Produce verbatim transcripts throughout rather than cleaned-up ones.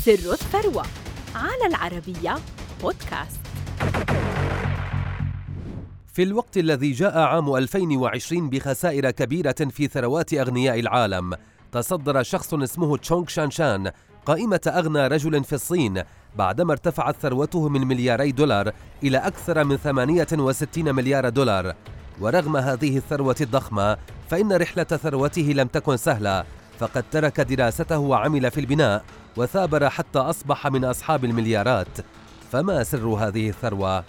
سر الثروة على العربية بودكاست. في الوقت الذي جاء عام ألفين وعشرين بخسائر كبيرة في ثروات أغنياء العالم، تصدر شخص اسمه تشونغ شانشان قائمة أغنى رجل في الصين بعدما ارتفعت ثروته من ملياري دولار إلى أكثر من ثمانية وستين مليار دولار. ورغم هذه الثروة الضخمة فإن رحلة ثروته لم تكن سهلة، فقد ترك دراسته وعمل في البناء وثابر حتى أصبح من أصحاب المليارات. فما سر هذه الثروة؟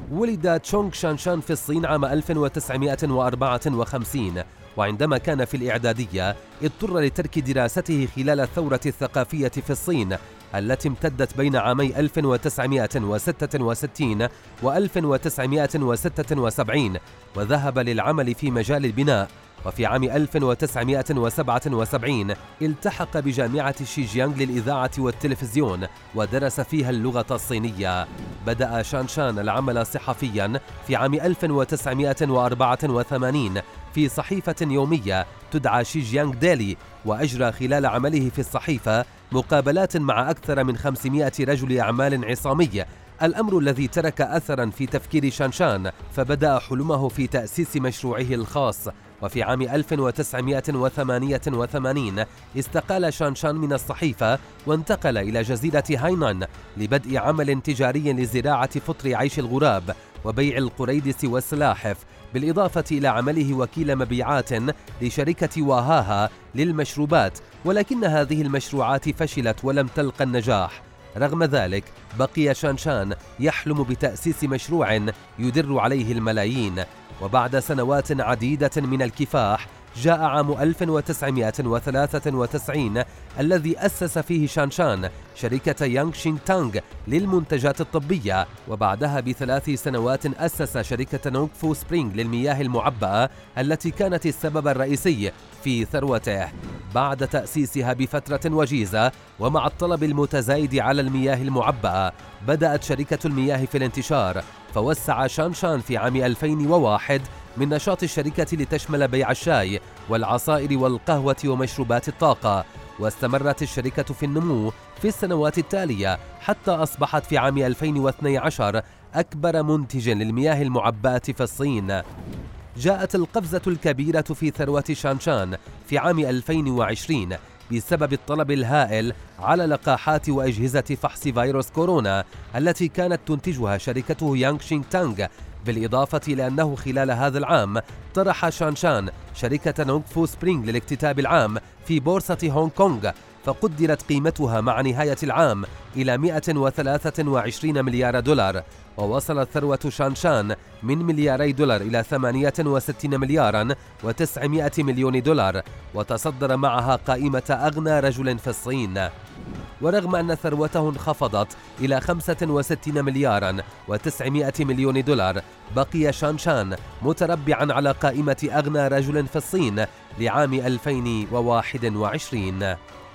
ولد تشونغ شانشان في الصين عام ألف وتسعمائة وأربعة وخمسين، وعندما كان في الإعدادية اضطر لترك دراسته خلال الثورة الثقافية في الصين التي امتدت بين عامي ألف وتسعمائة وستة وستين و ألف وتسعمائة وستة وسبعين، وذهب للعمل في مجال البناء. وفي عام ألف وتسعمائة وسبعة وسبعين التحق بجامعة شيجيانغ للإذاعة والتلفزيون ودرس فيها اللغة الصينية. بدأ شانشان العمل صحفيا في عام ألف وتسعمائة وأربعة وثمانين في صحيفة يومية تدعى شيجيانغ ديلي، وأجرى خلال عمله في الصحيفة مقابلات مع أكثر من خمسمائة رجل أعمال عصامي، الأمر الذي ترك أثرا في تفكير شانشان، فبدأ حلمه في تأسيس مشروعه الخاص. وفي عام ألف وتسعمائة وثمانية وثمانين استقال شانشان من الصحيفة وانتقل إلى جزيرة هاينان لبدء عمل تجاري لزراعة فطر عيش الغراب وبيع القريدس والسلاحف، بالإضافة إلى عمله وكيل مبيعات لشركة واهاها للمشروبات، ولكن هذه المشروعات فشلت ولم تلقى النجاح. رغم ذلك بقي شانشان يحلم بتأسيس مشروع يدر عليه الملايين. وبعد سنوات عديدة من الكفاح جاء عام ألف وتسعمائة وثلاثة وتسعين الذي أسس فيه شانشان شركة يانغ شينغ تانغ للمنتجات الطبية، وبعدها بثلاث سنوات أسس شركة نونغ فو سبرينغ للمياه المعبأة التي كانت السبب الرئيسي في ثروته. بعد تأسيسها بفترة وجيزة ومع الطلب المتزايد على المياه المعبأة بدأت شركة المياه في الانتشار، فوسع شانشان في عام ألفين وواحد من نشاط الشركة لتشمل بيع الشاي والعصائر والقهوة ومشروبات الطاقة، واستمرت الشركة في النمو في السنوات التالية حتى أصبحت في عام ألفين واثني عشر أكبر منتج للمياه المعبأة في الصين. جاءت القفزة الكبيرة في ثروة شانشان في عام ألفين وعشرين بسبب الطلب الهائل على لقاحات وأجهزة فحص فيروس كورونا التي كانت تنتجها شركته يانغ شينغ تانغ، بالإضافة إلى أنه خلال هذا العام طرح شانشان شركة نونغ فو سبرينغ للاكتتاب العام في بورصة هونغ كونغ، فقدرت قيمتها مع نهاية العام إلى مئة وثلاثة وعشرين مليار دولار، ووصلت ثروة شانشان من ملياري دولار إلى ثمانية وستين مليارا وتسعمائة مليون دولار، وتصدر معها قائمة أغنى رجل في الصين. ورغم أن ثروته انخفضت إلى خمسة وستين مليارا وتسعمائة مليون دولار، بقي شانشان متربعا على قائمة أغنى رجل في الصين لعام ألفين وواحد وعشرين.